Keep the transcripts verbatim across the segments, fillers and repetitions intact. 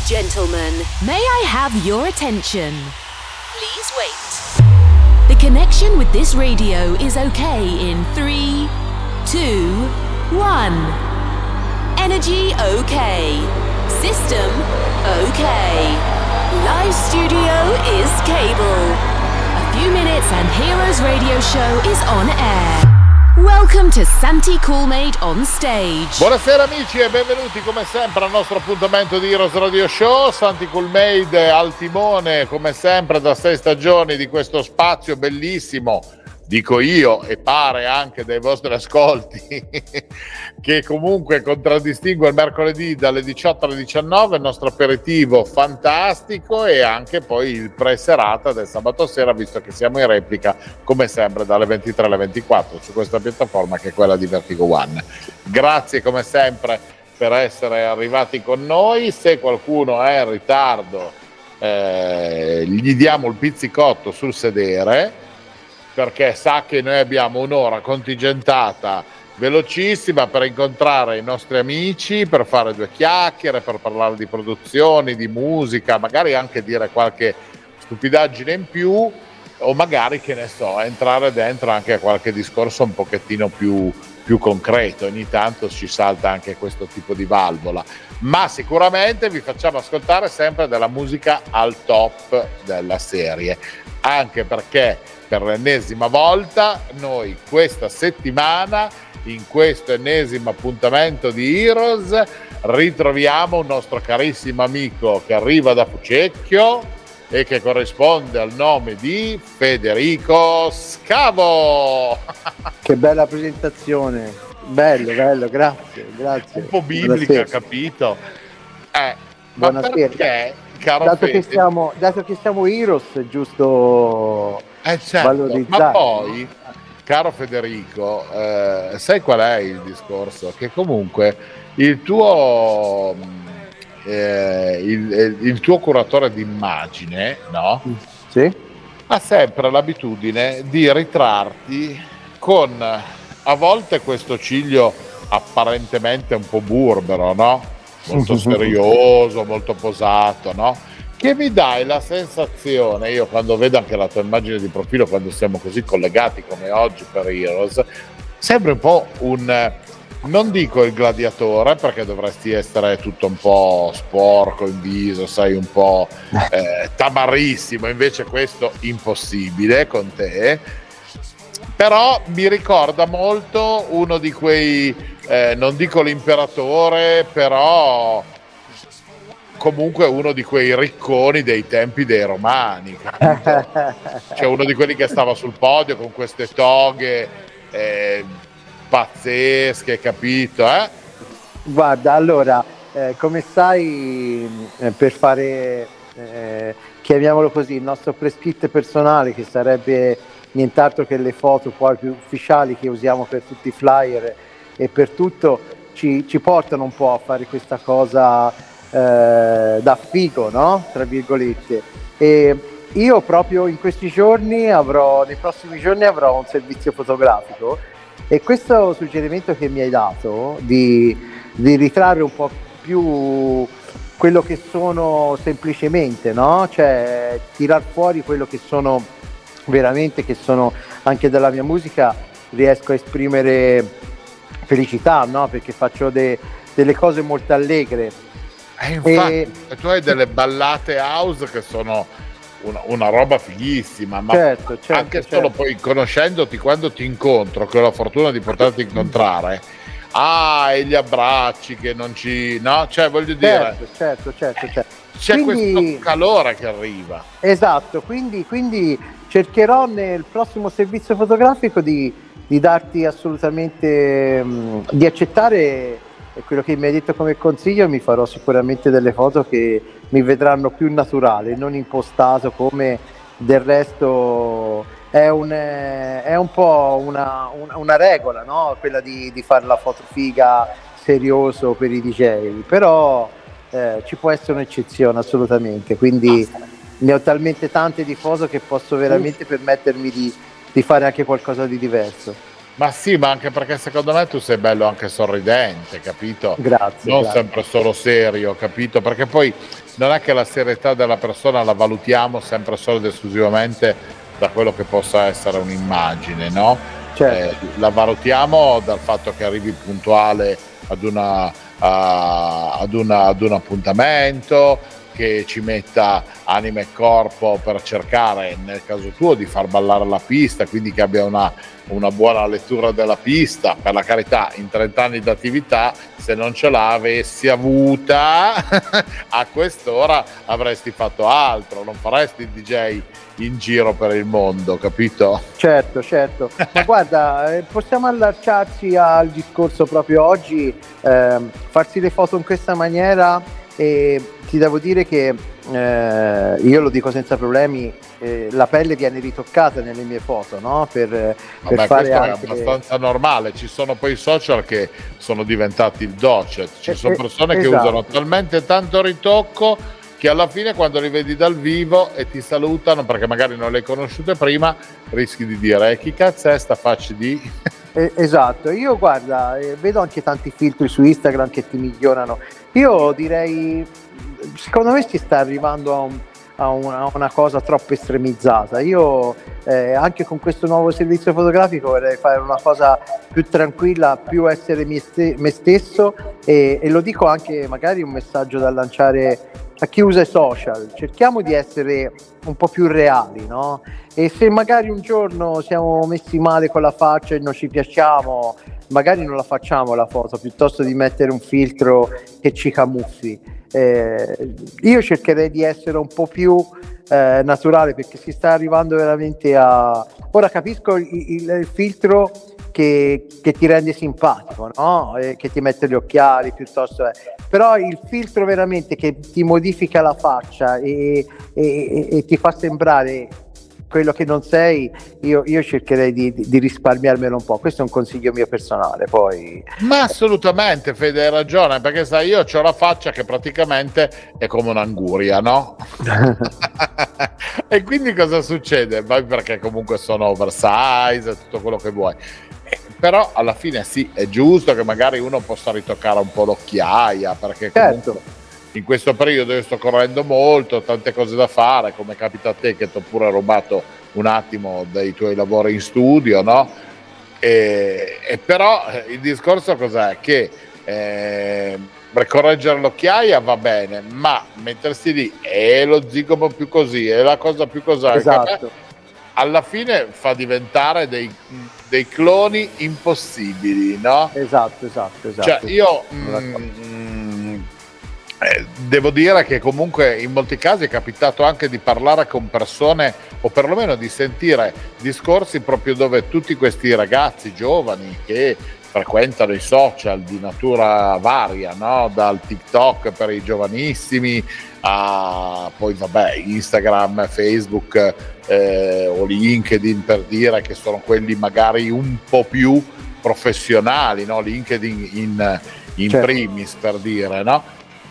Gentlemen, may I have your attention? Please wait. The connection with this radio is okay in three, two, one. Energy okay. System okay. Live studio is cable. A few minutes and Heroes Radio Show is on air. Welcome to Santi Coolmade on stage. Buonasera amici e benvenuti come sempre al nostro appuntamento di Heroes Radio Show. Santi Coolmade al timone come sempre da sei stagioni di questo spazio bellissimo, dico io e pare anche dai vostri ascolti, che comunque contraddistingue il mercoledì dalle diciotto alle diciannove, il nostro aperitivo fantastico e anche poi il pre-serata del sabato sera, visto che siamo in replica come sempre dalle ventitré alle ventiquattro su questa piattaforma che è quella di Vertigo One. Grazie come sempre per essere arrivati con noi. Se qualcuno è in ritardo eh, gli diamo il pizzicotto sul sedere, perché sa che noi abbiamo un'ora contingentata velocissima per incontrare i nostri amici, per fare due chiacchiere, per parlare di produzioni, di musica, magari anche dire qualche stupidaggine in più o magari, che ne so, entrare dentro anche a qualche discorso un pochettino più, più concreto. Ogni tanto ci salta anche questo tipo di valvola, ma sicuramente vi facciamo ascoltare sempre della musica al top della serie, anche perché per l'ennesima volta noi questa settimana, in questo ennesimo appuntamento di Heroes, ritroviamo un nostro carissimo amico che arriva da Fucecchio e che corrisponde al nome di Federico Scavo. Che bella presentazione, bello, bello, grazie, grazie. Un po' biblica, buonasera. Capito? Eh, ma buonasera. Perché, caro dato, Fede, che siamo, dato che siamo Heroes, è giusto eh certo, valorizzare. Ma poi, caro Federico, eh, sai qual è il discorso? Che comunque il tuo eh, il, il tuo curatore d'immagine, no? Sì. Ha sempre l'abitudine di ritrarti con a volte questo ciglio apparentemente un po' burbero, no? Molto serioso, molto posato, no? Che mi dai la sensazione, io quando vedo anche la tua immagine di profilo, quando siamo così collegati come oggi per Heroes, sembra un po' un, non dico il gladiatore, perché dovresti essere tutto un po' sporco in viso, sai, un po' eh, tamarrissimo, invece questo impossibile con te. Però mi ricorda molto uno di quei, eh, non dico l'imperatore, però comunque uno di quei ricconi dei tempi dei romani, capito? Cioè uno di quelli che stava sul podio con queste toghe eh, pazzesche, capito? Eh? Guarda, allora, eh, come sai, eh, per fare, eh, chiamiamolo così, il nostro press kit personale, che sarebbe nient'altro che le foto poi più ufficiali che usiamo per tutti i flyer e per tutto, ci, ci portano un po' a fare questa cosa Eh, da figo, no? Tra virgolette. E io proprio in questi giorni avrò, nei prossimi giorni avrò un servizio fotografico, e questo suggerimento che mi hai dato di, di ritrarre un po' più quello che sono semplicemente, no? Cioè tirar fuori quello che sono veramente, che sono anche dalla mia musica, riesco a esprimere felicità, no? Perché faccio de, delle cose molto allegre. Eh, infatti, e tu hai delle ballate house che sono una, una roba fighissima, ma certo, certo, anche certo. solo poi conoscendoti, quando ti incontro, che ho la fortuna di poterti incontrare, ah, e gli abbracci che non ci, no? Cioè voglio dire, certo, certo, certo, certo. C'è quindi, questo calore che arriva. Esatto, quindi, quindi cercherò nel prossimo servizio fotografico di, di darti assolutamente, mh, di accettare quello che mi hai detto come consiglio. Mi farò sicuramente delle foto che mi vedranno più naturale, non impostato, come del resto è un, è un po' una, una, una regola, no? Quella di, di fare la foto figa serioso per i D J, però eh, ci può essere un'eccezione assolutamente, quindi ne ho talmente tante di foto che posso veramente permettermi di, di fare anche qualcosa di diverso. Ma sì, ma anche perché secondo me tu sei bello anche sorridente, capito? Grazie. Non grazie. sempre solo serio, capito? Perché poi non è che la serietà della persona la valutiamo sempre solo ed esclusivamente da quello che possa essere un'immagine, no? Certo. Eh, la valutiamo dal fatto che arrivi puntuale ad una, a- ad una- ad un appuntamento, che ci metta anima e corpo per cercare, nel caso tuo, di far ballare la pista, quindi che abbia una, una buona lettura della pista. Per la carità, in trenta anni di attività, se non ce l'avessi avuta a quest'ora avresti fatto altro, non faresti il D J in giro per il mondo, capito? Certo, certo. Ma guarda, eh, possiamo allacciarci al discorso proprio oggi, ehm, farsi le foto in questa maniera, e ti devo dire che eh, io lo dico senza problemi, eh, la pelle viene ritoccata nelle mie foto, no? Per, per Vabbè, fare questo anche... è abbastanza normale, ci sono poi i social che sono diventati il docet, ci Eh, sono eh, persone che esatto. usano talmente tanto ritocco che alla fine, quando li vedi dal vivo e ti salutano perché magari non le hai conosciute prima, rischi di dire eh, chi cazzo è sta faccia di... Eh, esatto, io guarda, eh, vedo anche tanti filtri su Instagram che ti migliorano. Io direi, secondo me si sta arrivando a, un- a una, a una cosa troppo estremizzata. Io eh, anche con questo nuovo servizio fotografico vorrei fare una cosa più tranquilla, più essere me, ste- me stesso, e, e lo dico anche magari un messaggio da lanciare a chi usa i social. Cerchiamo di essere un po' più reali, no? E se magari un giorno siamo messi male con la faccia e non ci piacciamo, magari non la facciamo la foto, piuttosto di mettere un filtro che ci camuffi. Eh, io cercherei di essere un po' più eh, naturale, perché si sta arrivando veramente a... Ora capisco il, il, il filtro che, che ti rende simpatico, no? E che ti mette gli occhiali, piuttosto... Eh. Però il filtro veramente che ti modifica la faccia e, e, e ti fa sembrare quello che non sei, io, io cercherei di, di risparmiarmelo un po'. Questo è un consiglio mio personale. Poi Ma assolutamente, Fede, hai ragione, perché sai, io ho la faccia che praticamente è come un'anguria, no? E quindi cosa succede? Vai, perché comunque sono oversize e tutto quello che vuoi. Eh, Però alla fine sì, è giusto che magari uno possa ritoccare un po' l'occhiaia, perché comunque certo, in questo periodo io sto correndo molto, tante cose da fare, come capita a te che ti ho pure rubato un attimo dei tuoi lavori in studio, no? E, e però eh, il discorso cos'è? Che eh, per correggere l'occhiaia va bene, ma mettersi lì è lo zigomo più così, è la cosa più così, esatto, alla fine fa diventare dei, dei cloni impossibili, no? esatto, esatto, esatto. Cioè io Sono d'accordo. mm, eh, devo dire che comunque in molti casi è capitato anche di parlare con persone, o perlomeno di sentire discorsi proprio dove tutti questi ragazzi giovani che frequentano i social di natura varia, no? Dal TikTok per i giovanissimi a poi vabbè Instagram, Facebook eh, o LinkedIn, per dire, che sono quelli magari un po' più professionali, no? LinkedIn in, in Certo. primis, per dire, no?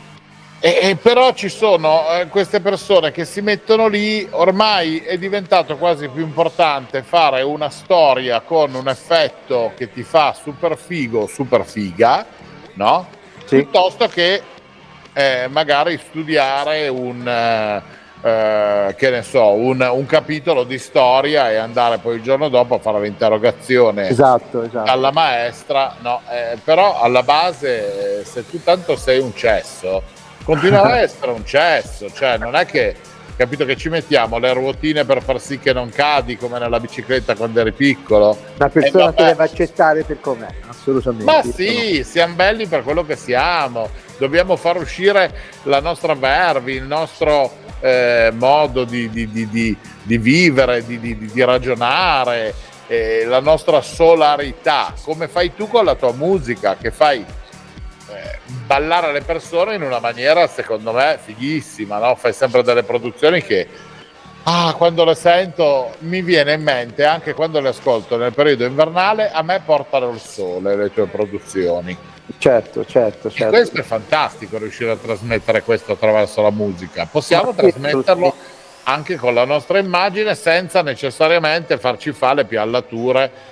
E, e però ci sono eh, queste persone che si mettono lì, ormai è diventato quasi più importante fare una storia con un effetto che ti fa super figo, super figa, no? Sì. Piuttosto che eh, magari studiare un, eh, eh, che ne so, un, un capitolo di storia e andare poi il giorno dopo a fare l'interrogazione Esatto, esatto. alla maestra, no? Eh, però alla base, eh, se tu tanto sei un cesso, continua a essere un cesso, cioè non è che, capito, che ci mettiamo le ruotine per far sì che non cadi come nella bicicletta quando eri piccolo. Una persona Eh, che vabbè. deve accettare per com'è, assolutamente. Ma Io sì, siamo belli per quello che siamo, dobbiamo far uscire la nostra verve, il nostro eh, modo di, di- di- di- di vivere, di, di- di ragionare, eh, la nostra solarità, come fai tu con la tua musica, che fai eh, ballare le persone in una maniera secondo me fighissima, no? Fai sempre delle produzioni che ah, quando le sento mi viene in mente, anche quando le ascolto nel periodo invernale, a me portano il sole le tue produzioni. Certo, certo, E certo. questo è fantastico, riuscire a trasmettere questo attraverso la musica. Possiamo Ma sì, trasmetterlo anche con la nostra immagine senza necessariamente farci fare le piallature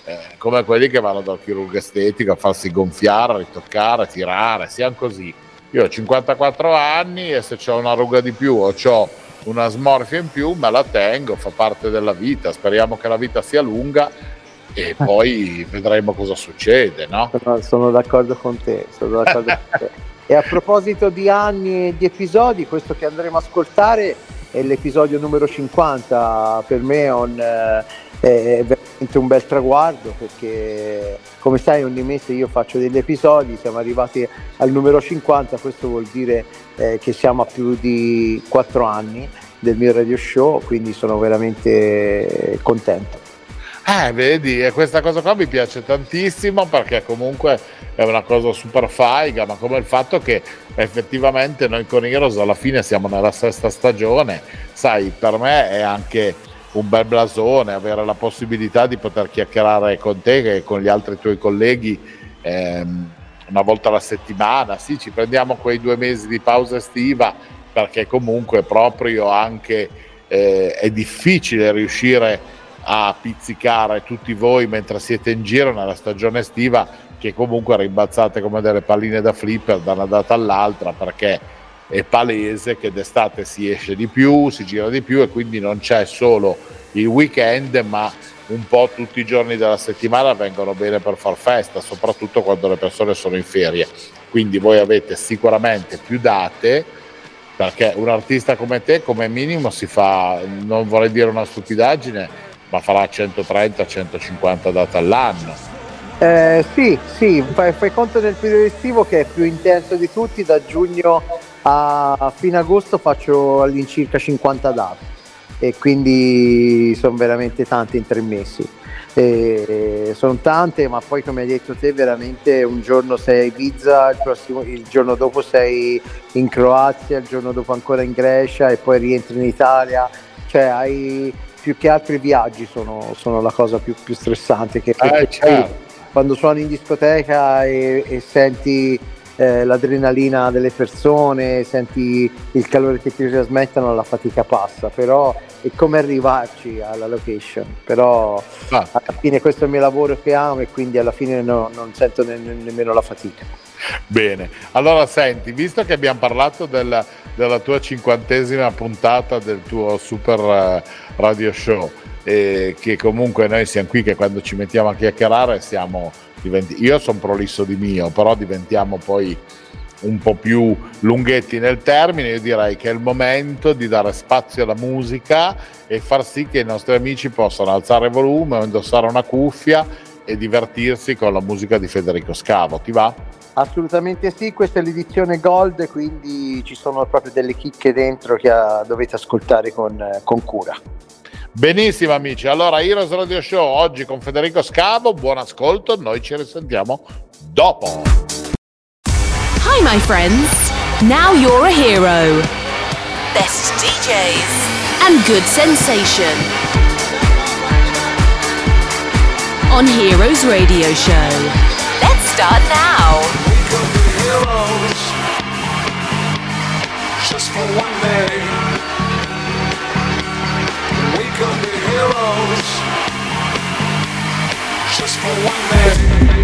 eh, come quelli che vanno dal chirurgo estetico a farsi gonfiare, ritoccare, tirare, siamo così. Io ho cinquantaquattro anni e se ho una ruga di più o ho una smorfia in più me la tengo, fa parte della vita, speriamo che la vita sia lunga e poi vedremo cosa succede, no? Sono, sono d'accordo con te, sono d'accordo con te. E a proposito di anni e di episodi, questo che andremo a ascoltare è l'episodio numero cinquanta. Per me è, un, è veramente un bel traguardo, perché come sai ogni mese io faccio degli episodi, siamo arrivati al numero cinquanta, questo vuol dire eh, che siamo a più di quattro anni del mio radio show, quindi sono veramente contento. Eh, vedi, e questa cosa qua mi piace tantissimo, perché comunque è una cosa super faiga, ma come il fatto che effettivamente noi con Heroes alla fine siamo nella sesta stagione, sai, per me è anche un bel blasone avere la possibilità di poter chiacchierare con te e con gli altri tuoi colleghi ehm, una volta alla settimana. Sì, ci prendiamo quei due mesi di pausa estiva, perché comunque proprio anche eh, è difficile riuscire a pizzicare tutti voi mentre siete in giro nella stagione estiva, che comunque rimbalzate come delle palline da flipper da una data all'altra, perché è palese che d'estate si esce di più, si gira di più e quindi non c'è solo il weekend, ma un po' tutti i giorni della settimana vengono bene per far festa, soprattutto quando le persone sono in ferie. Quindi voi avete sicuramente più date, perché un artista come te come minimo si fa, non vorrei dire una stupidaggine, ma farà centotrenta centocinquanta date all'anno. Eh, sì, sì, fai, fai conto del periodo estivo che è più intenso di tutti, da giugno a fine agosto faccio all'incirca cinquanta date e quindi sono veramente tante in tre mesi. E sono tante, ma poi come hai detto te veramente un giorno sei a Ibiza, il, prossimo, il giorno dopo sei in Croazia, il giorno dopo ancora in Grecia e poi rientri in Italia, cioè hai più che altro i viaggi sono, sono la cosa più, più stressante, che eh, certo. Quando suoni in discoteca e, e senti eh, l'adrenalina delle persone, senti il calore che ti trasmettono, la fatica passa, però è come arrivarci alla location, però ah. alla fine questo è il mio lavoro che amo e quindi alla fine no, non sento ne, ne, nemmeno la fatica. Bene, allora senti, visto che abbiamo parlato del, della tua cinquantesima puntata del tuo super uh, radio show, e che comunque noi siamo qui che quando ci mettiamo a chiacchierare siamo diventi, io sono prolisso di mio, però diventiamo poi un po' più lunghetti nel termine. Io direi che è il momento di dare spazio alla musica e far sì che i nostri amici possano alzare il volume o indossare una cuffia e divertirsi con la musica di Federico Scavo. Ti va? Assolutamente sì, questa è l'edizione Gold, quindi ci sono proprio delle chicche dentro che uh, dovete ascoltare con, uh, con cura. Benissimo amici, allora Heroes Radio Show oggi con Federico Scavo, buon ascolto, noi ci risentiamo dopo. Hi my friends, now you're a hero. Best D Js and good sensation on Heroes Radio Show. Let's start now. We could be heroes just for one day. We could be heroes just for one day.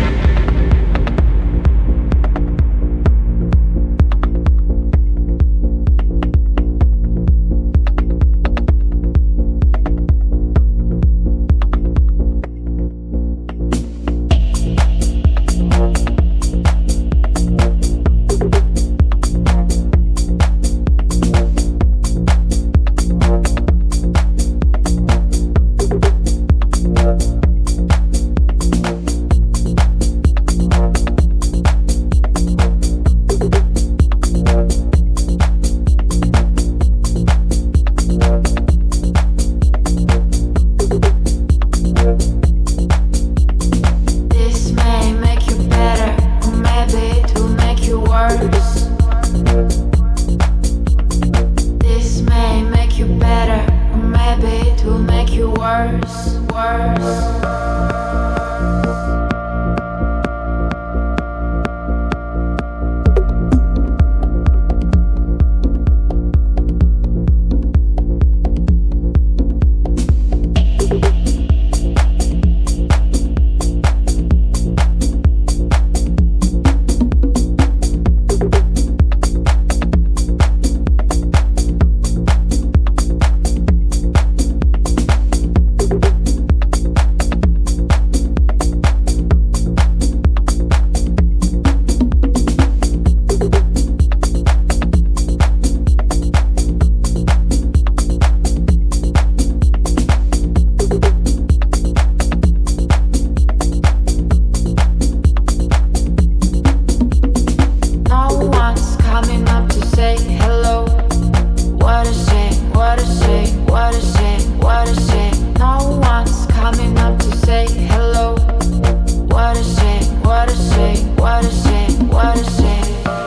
what a shame, what a shame, what a shame. No one's coming up to say hello. What a shame, what a shame, what a shame, what a shame.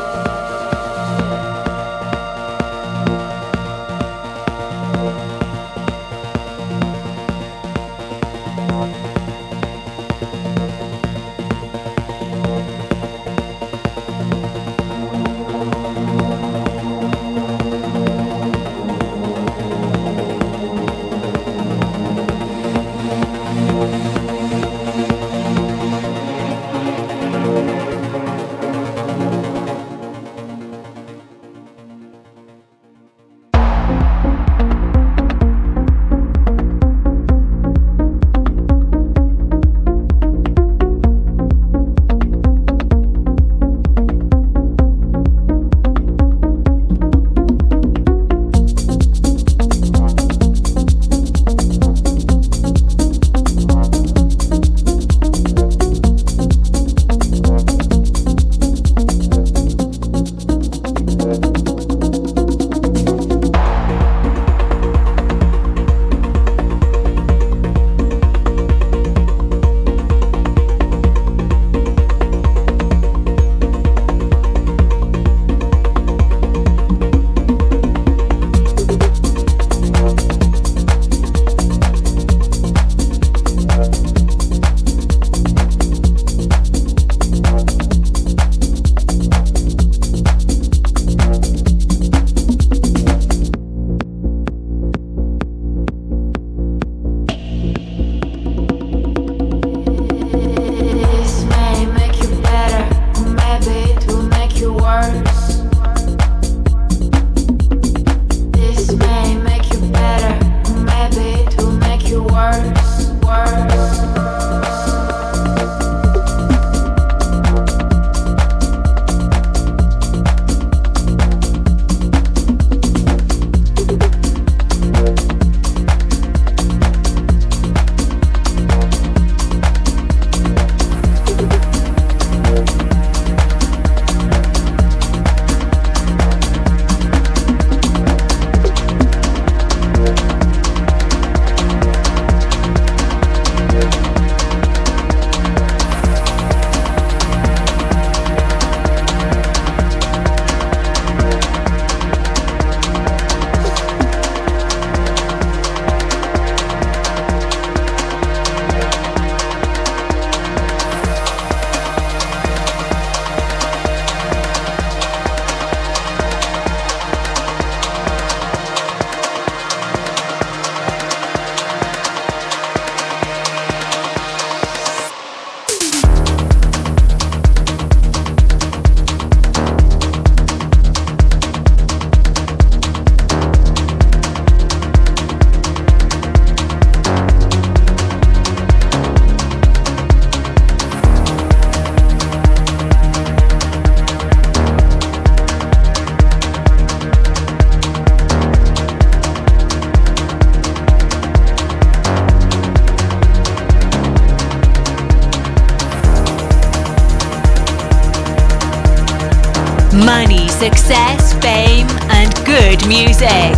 Money, success, fame, and good music.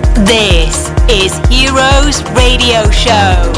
This is Heroes Radio Show.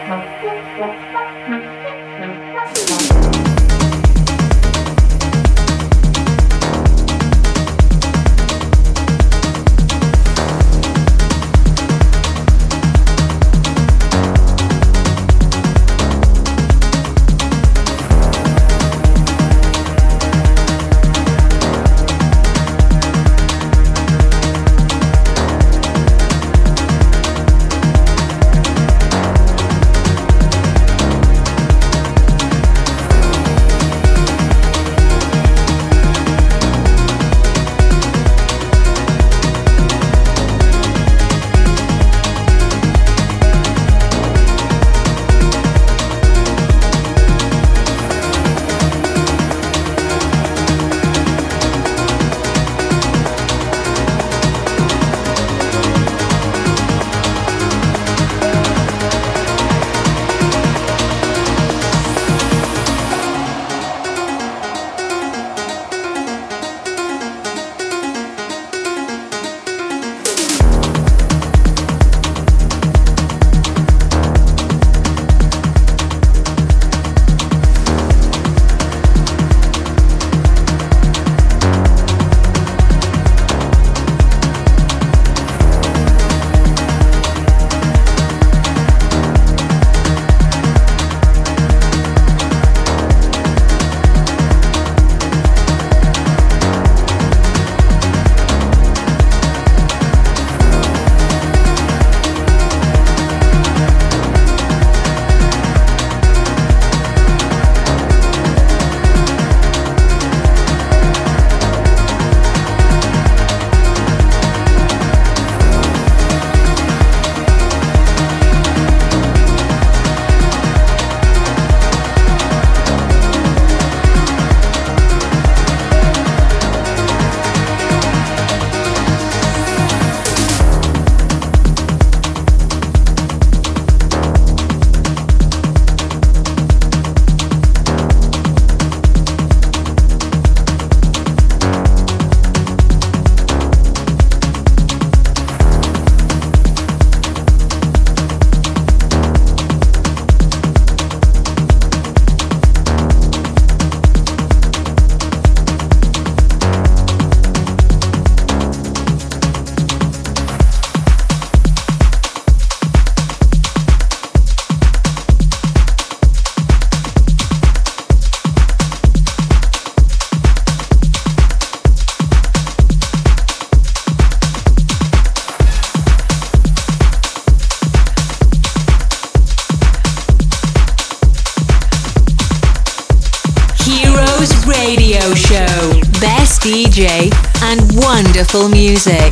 D J and wonderful music.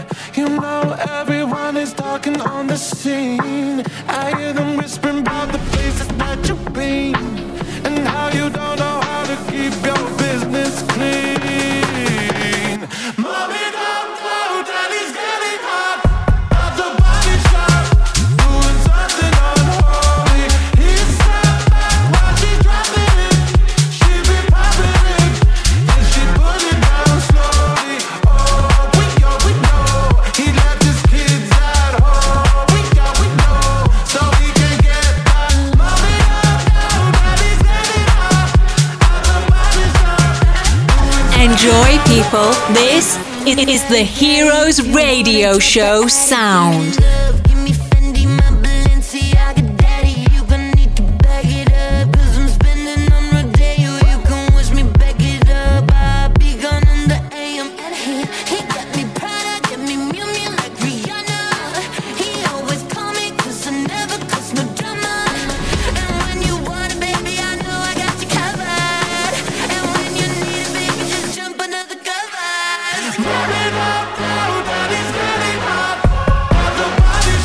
You know everyone is talking on the scene. I hear them whispering about the places that you've been, and how you don't know how to keep your business clean. Mommy, don't go, daddy's getting hot. At the body shop, doing something unholy. He's stepped back while she's dropping it. She be popping it, and she put it down slowly. Oh, we go, we know. He left his kids at home. We go, we know. So he can get back. Mommy, don't go, daddy's getting hot. At the body shop. Enjoy, people. This is the Heroes Radio Show sound. Love, give me Fendi, my Balenciaga daddy. You gon' need to back it up, cause I'm spending on Rodeo. You can wish me back it up. I'll be gone in the A M. And he, he got me Prada, got me Miu Miu like Rihanna. He always call me cause I never cause no drama. And when you want it, baby, I know I got you covered. And when you need it, baby, just jump under the covers. Mommy, don't go, daddy's getting hot. At the body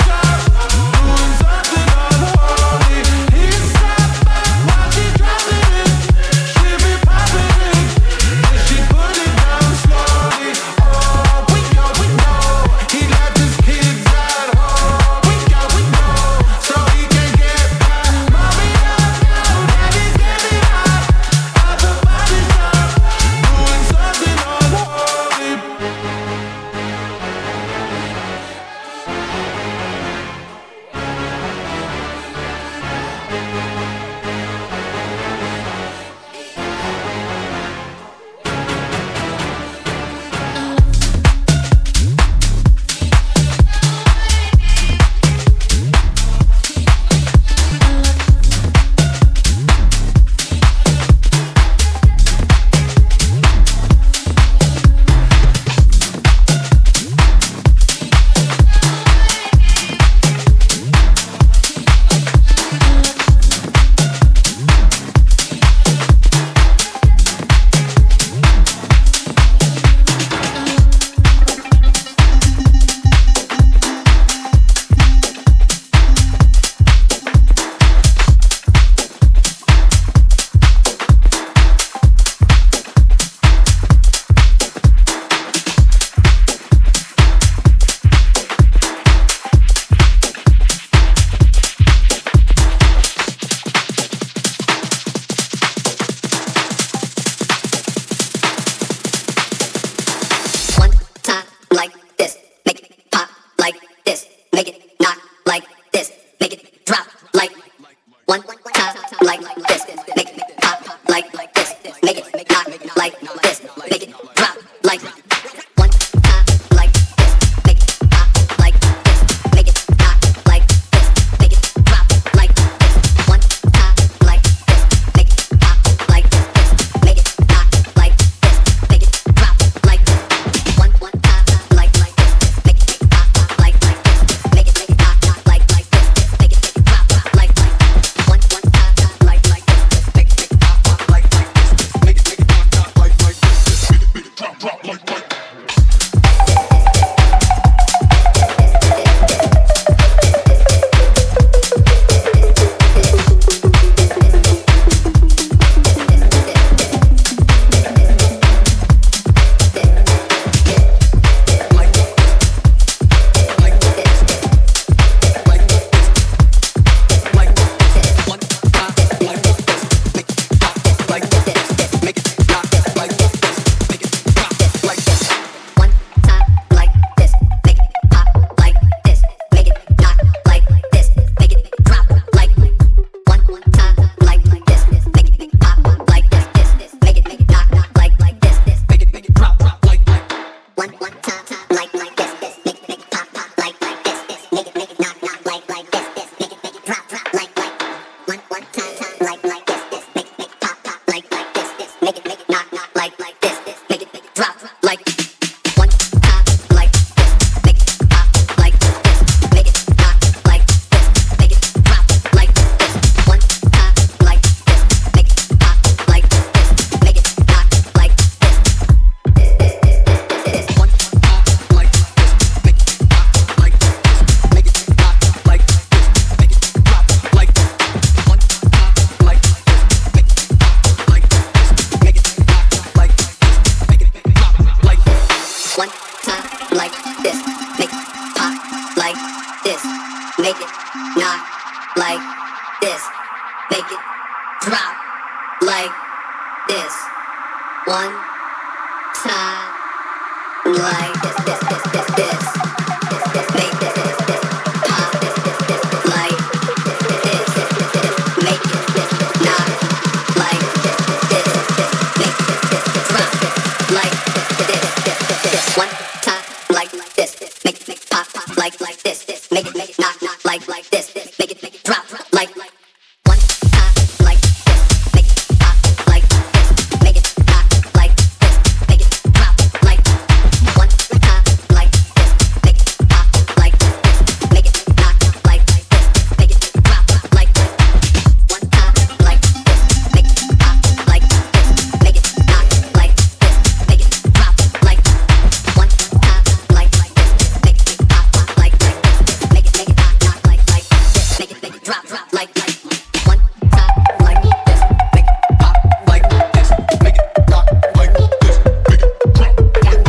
make it pop like this, make it not like this, make it drop like this, one time like this, this, this, this, this, this, make this, this, this, pop like this, make it not like this, make this, this, drop like this, this, one time like this, make make pop pop like like this, this, make it make it not not like like this, this, make it make it drop drop like like. One time like this, make it pop like this, make it not like this, make it drop like. One time like this, make it pop like this, make it not like like this, make it drop like this. One time like this, make it pop like this, make it not like this, make it drop like. One time like like this, make it pop pop like like this, make it make it not not like like this, make it make it drop drop like like. One time like this, make it pop like this, make it drop like this, make it drop like.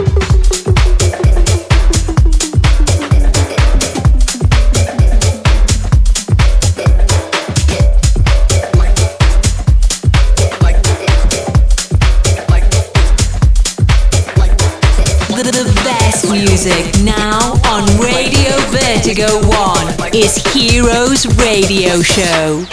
The, the best music now on Radio Vertigo One is Heroes Radio Show.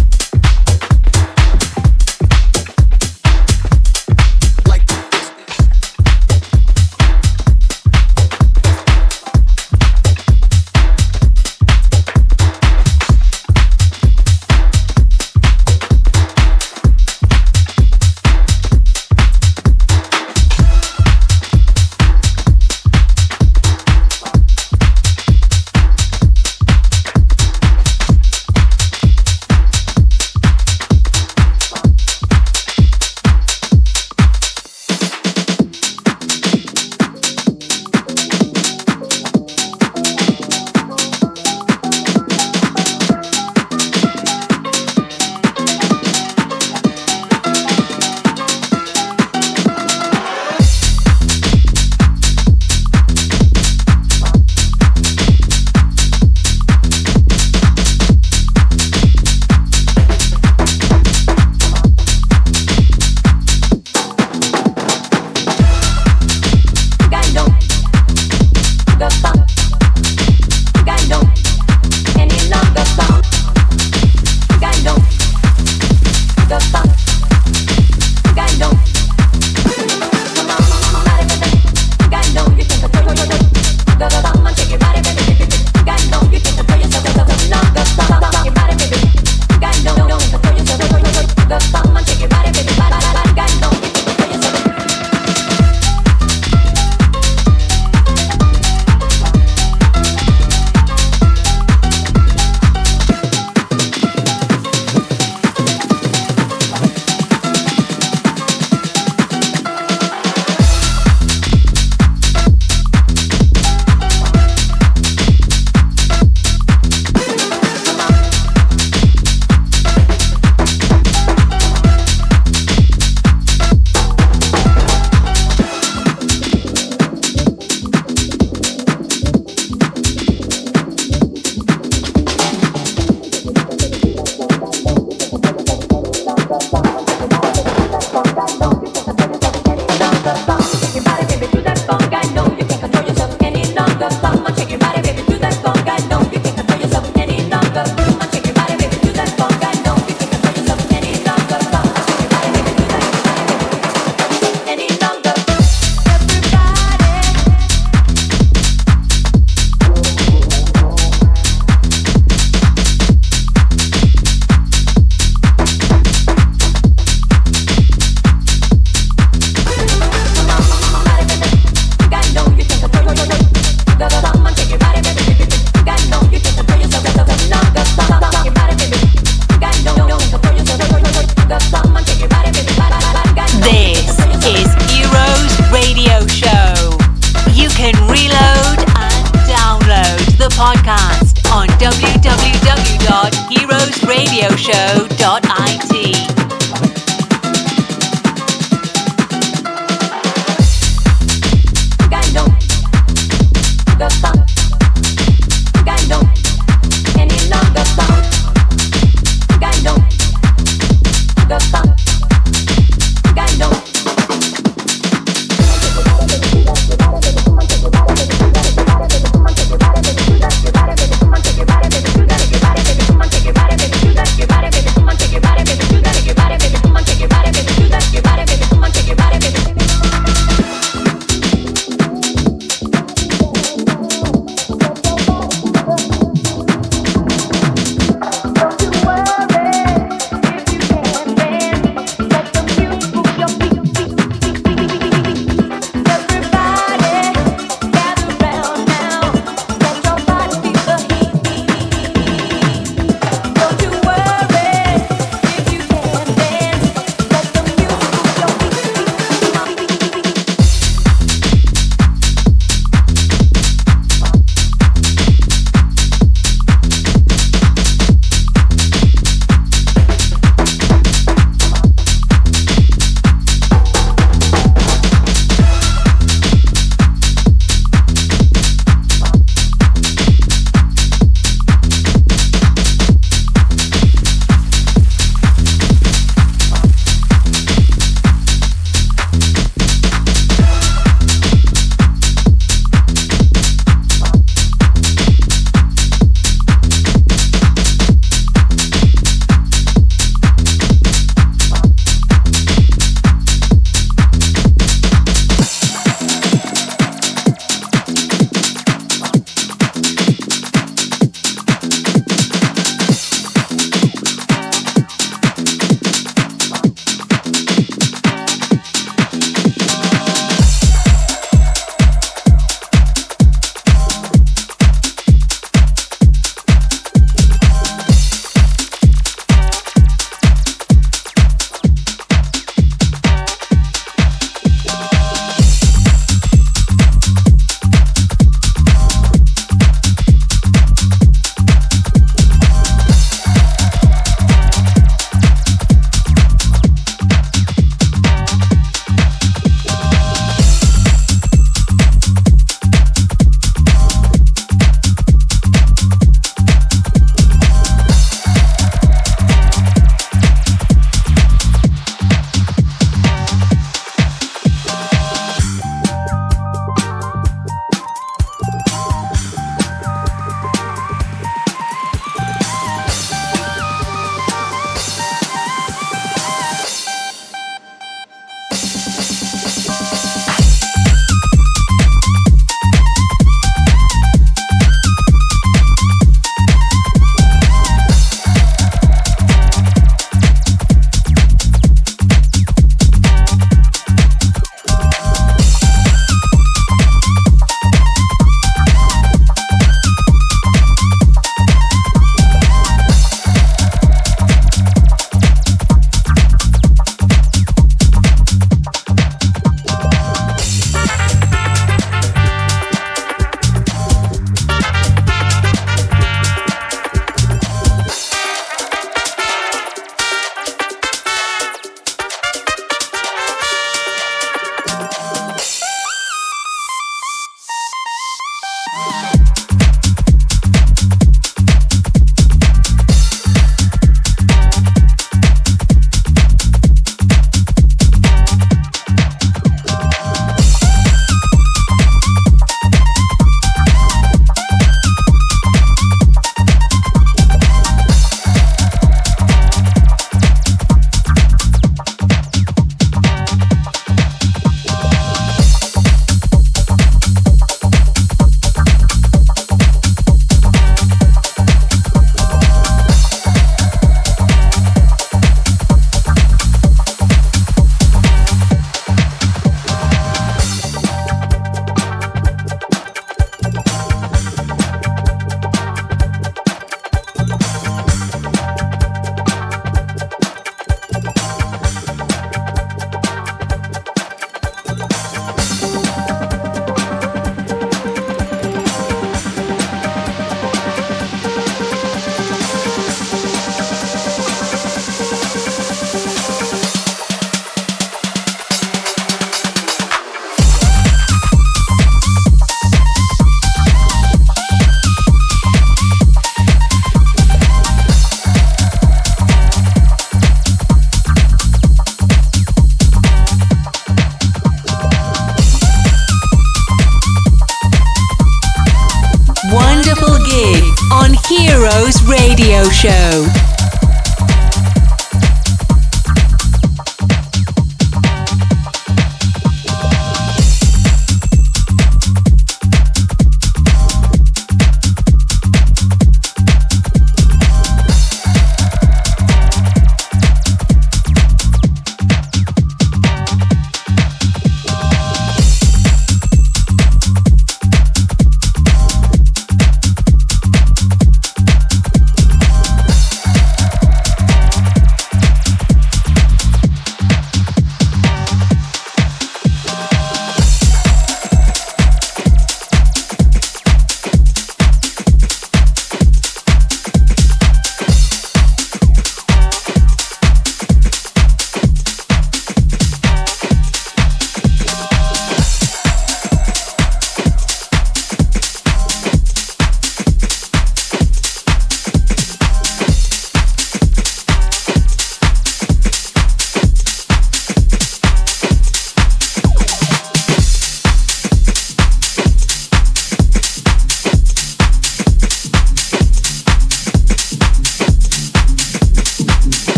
Like this. dot I T. Take your body, baby, come on, take your body, baby, do that, your body, baby, come on, take your body, baby, do that.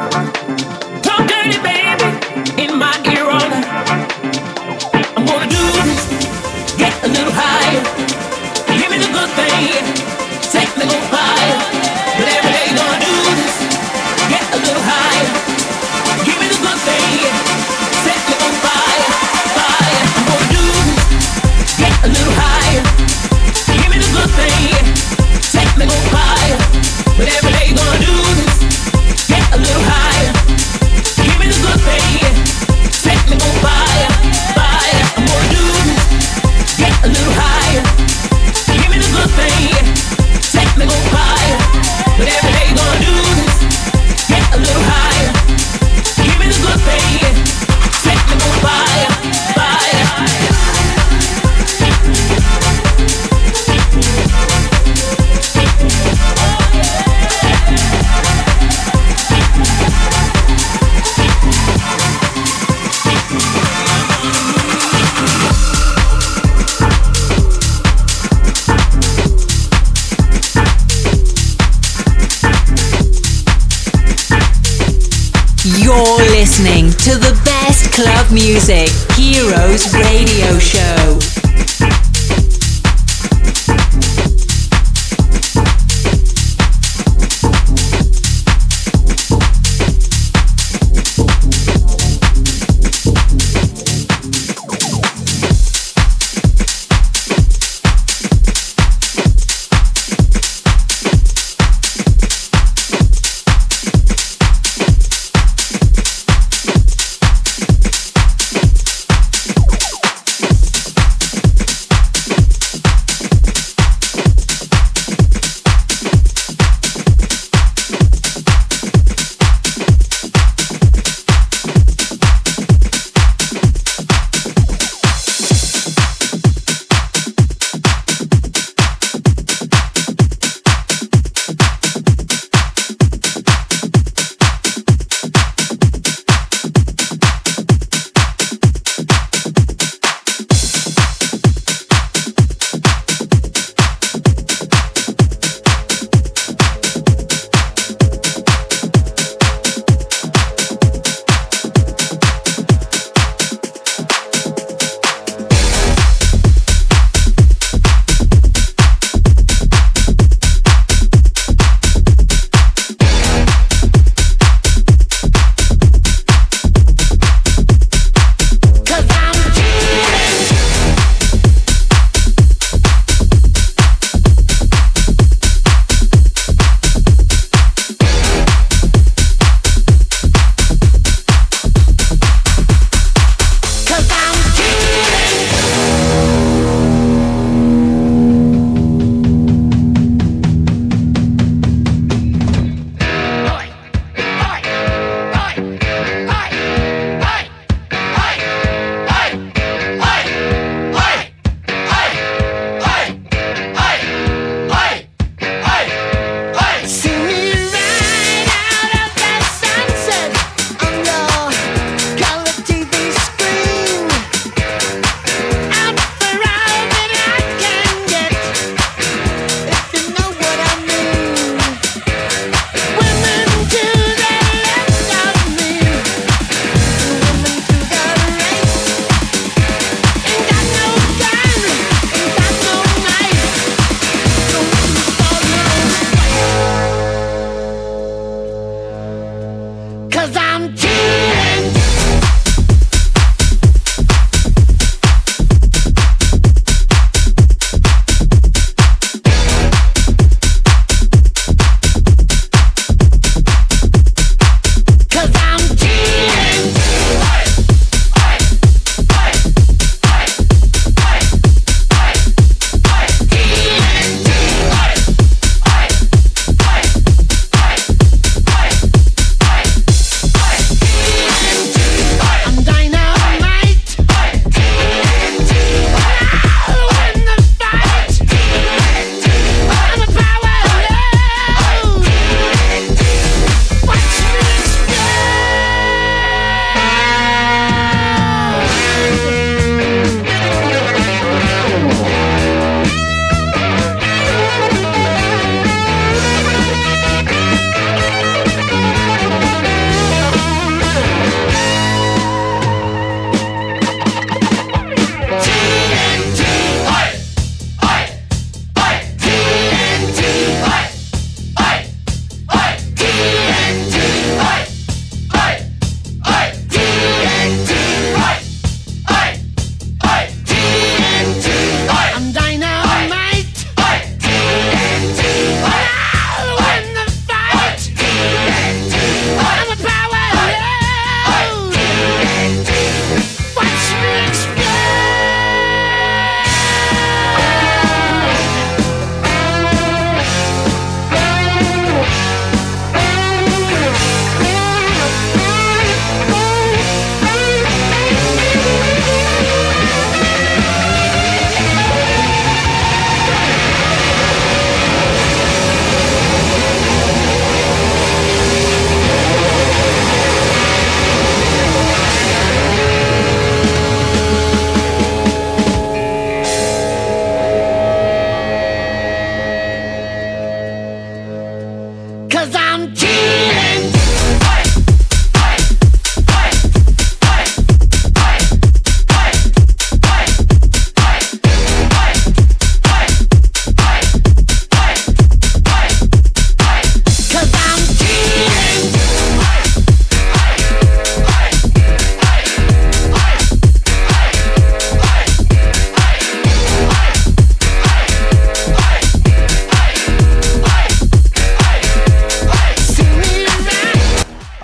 Talk dirty, baby, in my ear all night. I'm gonna do this, get a little higher. Give me the good thing, take me on fire. But every day gonna do this, get a little higher. Give me the good thing, set me on fire, fire. I'm gonna do this, get a little higher. Give me the good thing, set me on fire. But every day gonna do this, get a little higher. Give me the good thing, set me on fire, fire. I'm gonna do this, get a little higher. Give me the good thing, set me on fire. But every day gonna do this, get a little higher. Give me the good thing, set me on fire, fire. You're listening to the best club music, Heroes Radio Show.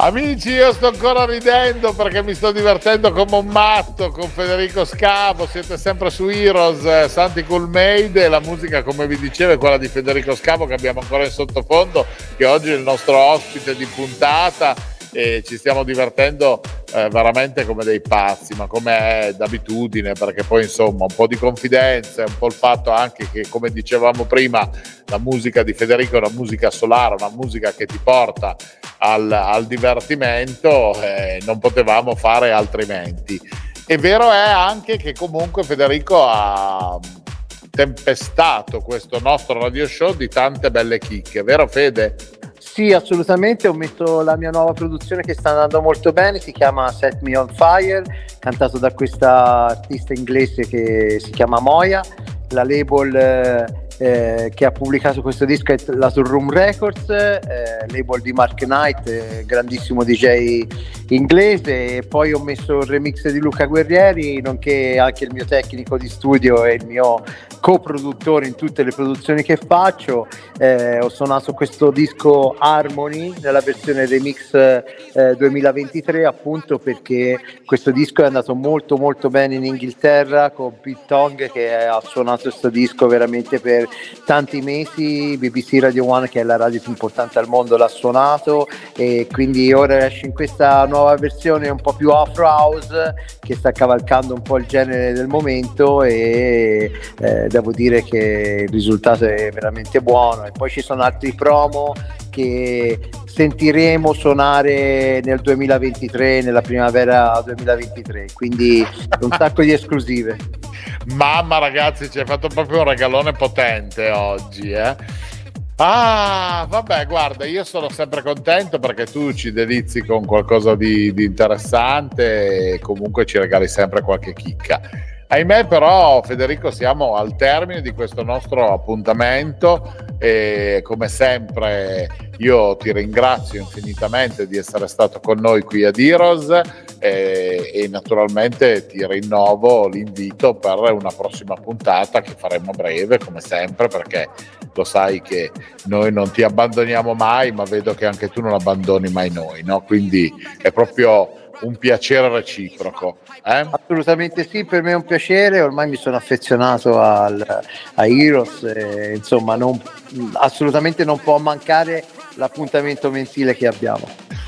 Amici, io sto ancora ridendo perché mi sto divertendo come un matto con Federico Scavo. Siete sempre su Heroes, Santi Cool Made, e la musica, come vi dicevo, è quella di Federico Scavo, che abbiamo ancora in sottofondo, che oggi è il nostro ospite di puntata, e ci stiamo divertendo eh, veramente come dei pazzi, ma come è d'abitudine, perché poi insomma un po' di confidenza, un po' il fatto anche che, come dicevamo prima, la musica di Federico è una musica solare, una musica che ti porta al, al divertimento, eh, non potevamo fare altrimenti. E vero è anche che comunque Federico ha tempestato questo nostro radio show di tante belle chicche, vero Fede? Sì, assolutamente, ho messo la mia nuova produzione che sta andando molto bene, si chiama Set Me On Fire, cantato da questa artista inglese che si chiama Moya. La label eh, eh, che ha pubblicato questo disco è la Surroom Records, eh, label di Mark Knight, eh, grandissimo D J inglese, e poi ho messo il remix di Luca Guerrieri, nonché anche il mio tecnico di studio e il mio coproduttore in tutte le produzioni che faccio. Eh, ho suonato questo disco Harmony nella versione remix eh, duemilaventitré, appunto perché questo disco è andato molto molto bene in Inghilterra con Pete Tong, che ha suonato questo disco veramente per tanti mesi. B B C Radio One, che è la radio più importante al mondo, l'ha suonato, e quindi ora esce in questa nuova versione un po' più afro house, che sta cavalcando un po' il genere del momento, e eh, devo dire che il risultato è veramente buono. E poi ci sono altri promo che sentiremo suonare nel duemilaventitré, nella primavera duemilaventitré, quindi un sacco di esclusive. Mamma ragazzi, ci hai fatto proprio un regalone potente oggi, eh? Ah, vabbè, guarda, io sono sempre contento perché tu ci delizi con qualcosa di, di interessante e comunque ci regali sempre qualche chicca. Ahimè però, Federico, siamo al termine di questo nostro appuntamento e come sempre io ti ringrazio infinitamente di essere stato con noi qui ad Heroes, e, e naturalmente ti rinnovo l'invito per una prossima puntata che faremo a breve, come sempre, perché lo sai che noi non ti abbandoniamo mai, ma vedo che anche tu non abbandoni mai noi, no? Quindi è proprio un piacere reciproco. Eh? Assolutamente sì, per me è un piacere, ormai mi sono affezionato al, a Heroes, e, insomma non, assolutamente non può mancare l'appuntamento mensile che abbiamo.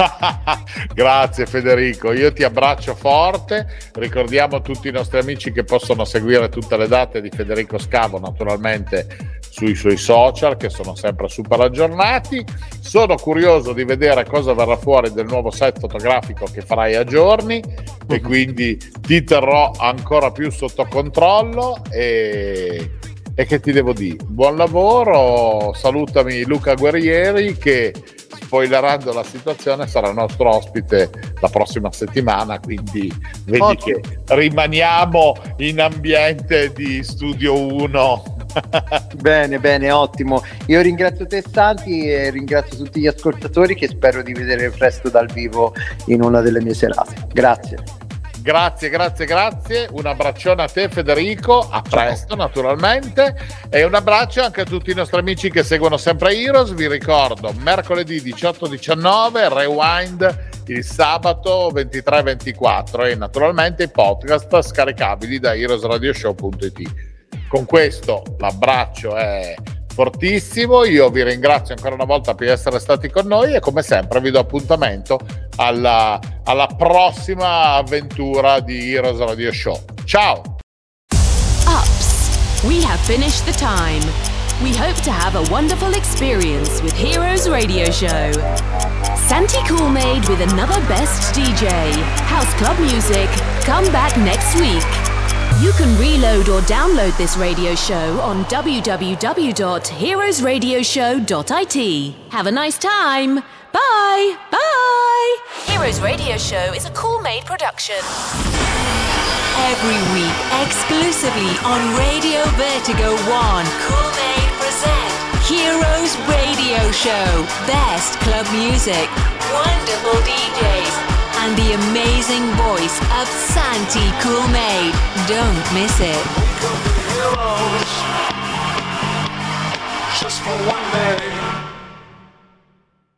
Grazie Federico, io ti abbraccio forte. Ricordiamo a tutti i nostri amici che possono seguire tutte le date di Federico Scavo naturalmente sui suoi social, che sono sempre super aggiornati. Sono curioso di vedere cosa verrà fuori del nuovo set fotografico che farai a giorni, e quindi ti terrò ancora più sotto controllo. E, e che ti devo dire? Buon lavoro, salutami Luca Guerrieri, che spoilerando la situazione sarà il nostro ospite la prossima settimana, quindi vedi okay, che rimaniamo in ambiente di Studio uno. Bene, bene, ottimo. Io ringrazio te Santi e ringrazio tutti gli ascoltatori, che spero di vedere presto dal vivo in una delle mie serate. Grazie. Grazie, grazie, grazie. Un abbraccione a te Federico, a presto naturalmente, e un abbraccio anche a tutti i nostri amici che seguono sempre Heroes. Vi ricordo, mercoledì diciotto diciannove, Rewind il sabato ventitré ventiquattro, e naturalmente i podcast scaricabili da heroes radio show punto it. Con questo l'abbraccio è fortissimo, io vi ringrazio ancora una volta per essere stati con noi, e come sempre vi do appuntamento alla, alla prossima avventura di Heroes Radio Show. Ciao! Ups, we have finished the time. We hope to have a wonderful experience with Heroes Radio Show. Santi Coolmade with another best D J, House Club Music. Come back next week. You can reload or download this radio show on w w w dot heroes radio show dot i t. Have a nice time. Bye. Bye. Heroes Radio Show is a Coolmade production. Every week, exclusively on Radio Vertigo One, Coolmade present Heroes Radio Show. Best club music, wonderful D Js, and the amazing voice of Santi Coolmade. Don't miss it. Heroes, just for one day.